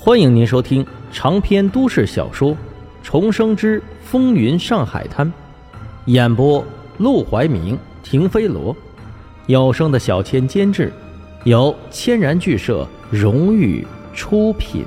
欢迎您收听长篇都市小说《重生之风云上海滩》，演播陆怀明、停飞罗，有声的小千监制，由千然剧社荣誉出品。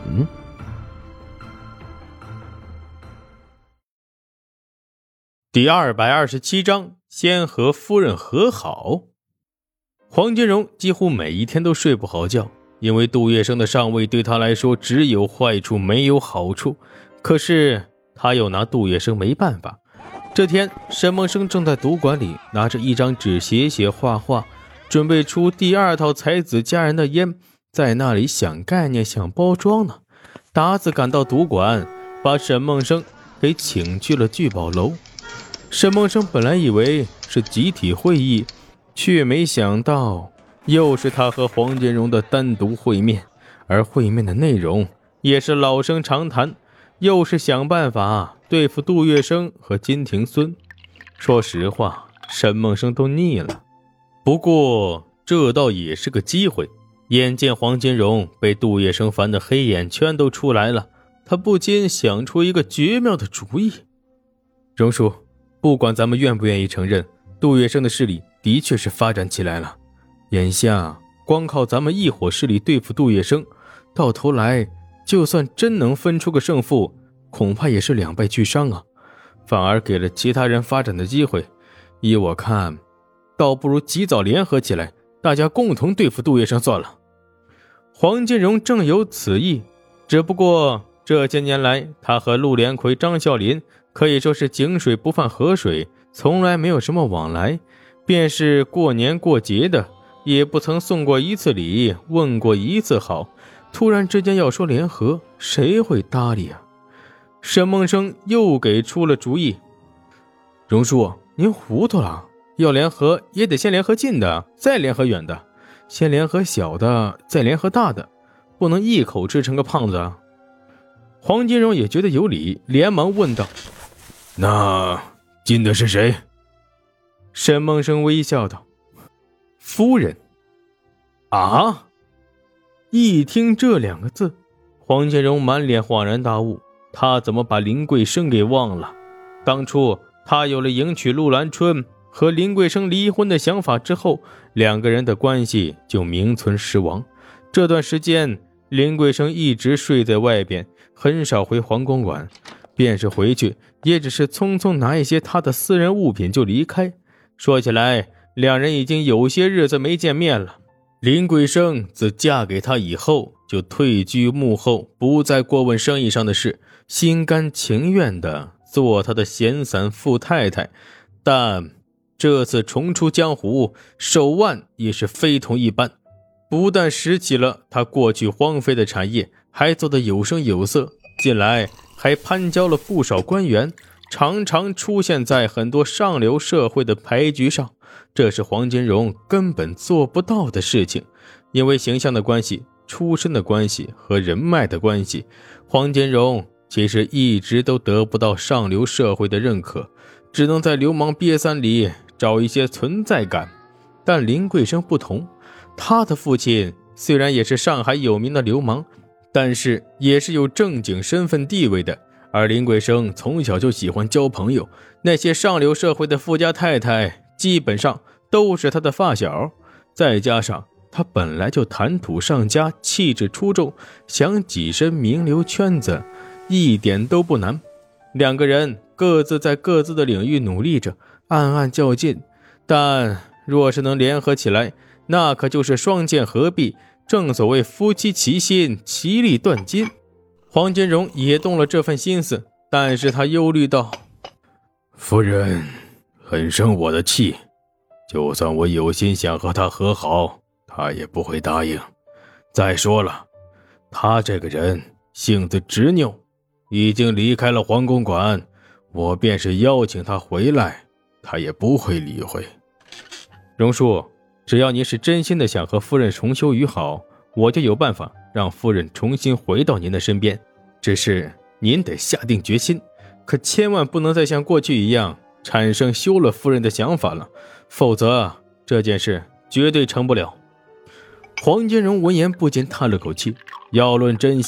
第227章，先和夫人和好。黄金荣几乎每一天都睡不好觉，因为杜月笙的上位对他来说只有坏处没有好处，可是他又拿杜月笙没办法。这天，沈梦生正在赌馆里拿着一张纸写写画画，准备出第二套才子佳人的烟，在那里想概念想包装呢。达子赶到赌馆，把沈梦生给请去了聚宝楼。沈梦生本来以为是集体会议，却没想到又是他和黄金荣的单独会面，而会面的内容也是老生常谈，又是想办法对付杜月笙和金庭孙。说实话，沈梦生都腻了。不过这倒也是个机会，眼见黄金荣被杜月笙烦得黑眼圈都出来了，他不禁想出一个绝妙的主意。荣叔，不管咱们愿不愿意承认，杜月笙的势力的确是发展起来了。眼下光靠咱们一伙势力对付杜月笙，到头来就算真能分出个胜负，恐怕也是两败俱伤啊，反而给了其他人发展的机会。依我看，倒不如及早联合起来，大家共同对付杜月笙算了。黄金荣正有此意，只不过这些年来他和陆连魁、张啸林可以说是井水不犯河水，从来没有什么往来，便是过年过节的也不曾送过一次礼，问过一次好，突然之间要说联合，谁会搭理啊？沈梦生又给出了主意。荣叔，您糊涂了，要联合也得先联合近的，再联合远的，先联合小的，再联合大的，不能一口吃成个胖子啊。黄金荣也觉得有理，连忙问道：那近的是谁？沈梦生微笑道：夫人。啊！一听这两个字，黄金荣满脸恍然大悟，他怎么把林桂生给忘了？当初他有了迎娶陆兰春和林桂生离婚的想法之后，两个人的关系就名存实亡。这段时间林桂生一直睡在外边，很少回黄公馆，便是回去也只是匆匆拿一些他的私人物品就离开。说起来，两人已经有些日子没见面了。林桂生自嫁给他以后就退居幕后，不再过问生意上的事，心甘情愿地做他的闲散富太太。但这次重出江湖，手腕也是非同一般，不但拾起了他过去荒废的产业，还做得有声有色，近来还攀交了不少官员，常常出现在很多上流社会的牌局上，这是黄金荣根本做不到的事情。因为形象的关系、出身的关系和人脉的关系，黄金荣其实一直都得不到上流社会的认可，只能在流氓瘪三里找一些存在感。但林桂生不同，他的父亲虽然也是上海有名的流氓，但是也是有正经身份地位的。而林桂生从小就喜欢交朋友，那些上流社会的富家太太基本上都是他的发小，再加上他本来就谈吐上佳，气质出众，想跻身名流圈子一点都不难。两个人各自在各自的领域努力着，暗暗较劲，但若是能联合起来，那可就是双剑合璧，正所谓夫妻齐心，其利断金。黄金荣也动了这份心思，但是他忧虑道：夫人很生我的气，就算我有心想和他和好，他也不会答应。再说了，他这个人性子执拗，已经离开了黄公馆，我便是邀请他回来，他也不会理会。荣叔，只要您是真心的想和夫人重修于好，我就有办法让夫人重新回到您的身边，只是您得下定决心，可千万不能再像过去一样产生休了夫人的想法了，否则这件事绝对成不了。黄金荣闻言不禁叹了口气，要论真心，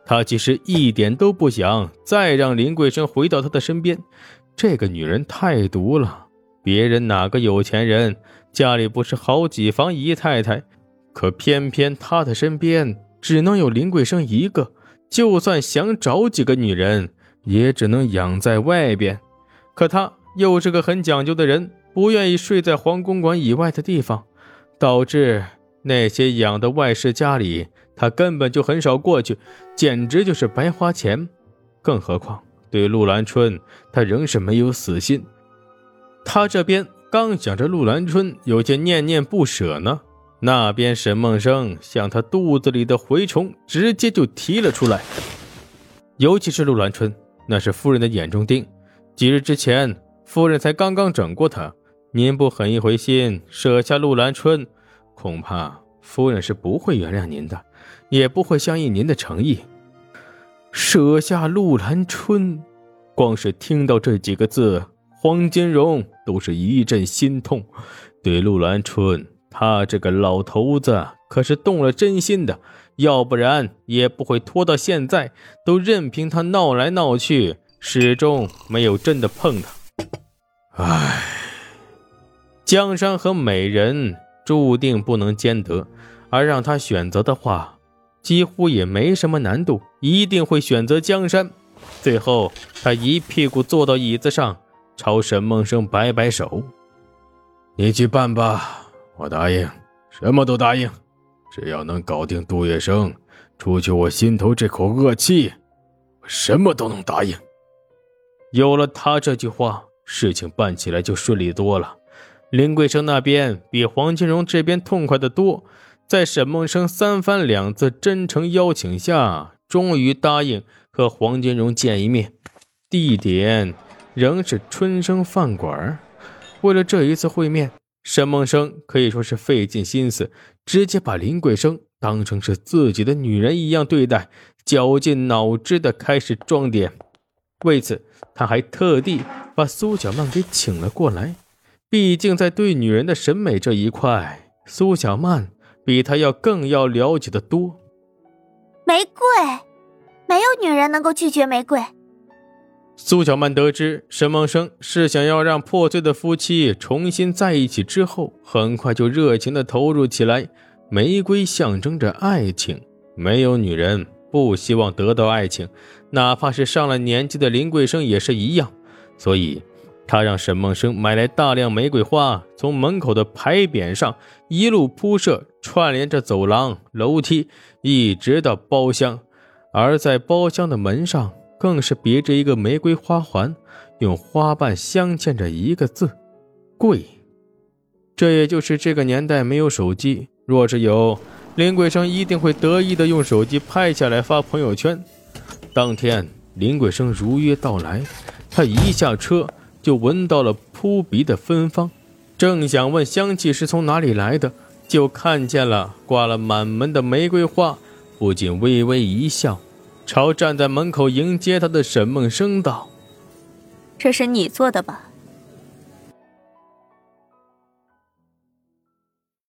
他其实一点都不想再让林桂生回到他的身边，这个女人太毒了。别人哪个有钱人家里不是好几房姨太太，可偏偏他的身边只能有林桂生一个，就算想找几个女人也只能养在外边。可他又是个很讲究的人，不愿意睡在黄公馆以外的地方，导致那些养的外室家里他根本就很少过去，简直就是白花钱。更何况对陆兰春他仍是没有死心。他这边刚想着陆兰春有些念念不舍呢，那边沈梦生像他肚子里的蛔虫直接就提了出来。尤其是陆兰春，那是夫人的眼中钉，几日之前夫人才刚刚整过他，您不狠一回心舍下陆兰春，恐怕夫人是不会原谅您的，也不会相信您的诚意。舍下陆兰春，光是听到这几个字，黄金荣都是一阵心痛。对陆兰春，他这个老头子可是动了真心的，要不然也不会拖到现在，都任凭他闹来闹去，始终没有真的碰他。唉，江山和美人注定不能兼得，而让他选择的话，几乎也没什么难度，一定会选择江山。最后他一屁股坐到椅子上，朝沈梦生摆摆手：你去办吧，我答应，什么都答应，只要能搞定杜月笙，除去我心头这口恶气，我什么都能答应。有了他这句话，事情办起来就顺利多了。林桂生那边比黄金荣这边痛快得多，在沈梦生三番两次真诚邀请下，终于答应和黄金荣见一面，地点仍是春生饭馆。为了这一次会面，沈梦生可以说是费尽心思，直接把林桂生当成是自己的女人一样对待，绞尽脑汁的开始装点。为此他还特地把苏小曼给请了过来，毕竟在对女人的审美这一块，苏小曼比他更要了解的多。 玫瑰，没有女人能够拒绝玫瑰。 苏小曼得知沈梦生是想要让破碎的夫妻重新在一起之后，很快就热情地投入起来。玫瑰象征着爱情，没有女人不希望得到爱情，哪怕是上了年纪的林桂生也是一样。所以他让沈梦生买来大量玫瑰花，从门口的牌匾上一路铺设，串联着走廊楼梯，一直到包厢。而在包厢的门上更是别着一个玫瑰花环，用花瓣镶嵌着一个字：贵。这也就是这个年代没有手机，若是有，林桂生一定会得意的用手机拍下来发朋友圈。当天林桂生如约到来，他一下车就闻到了扑鼻的芬芳，正想问香气是从哪里来的，就看见了挂了满门的玫瑰花，不禁微微一笑，朝站在门口迎接他的沈梦生道： 这是你做的吧？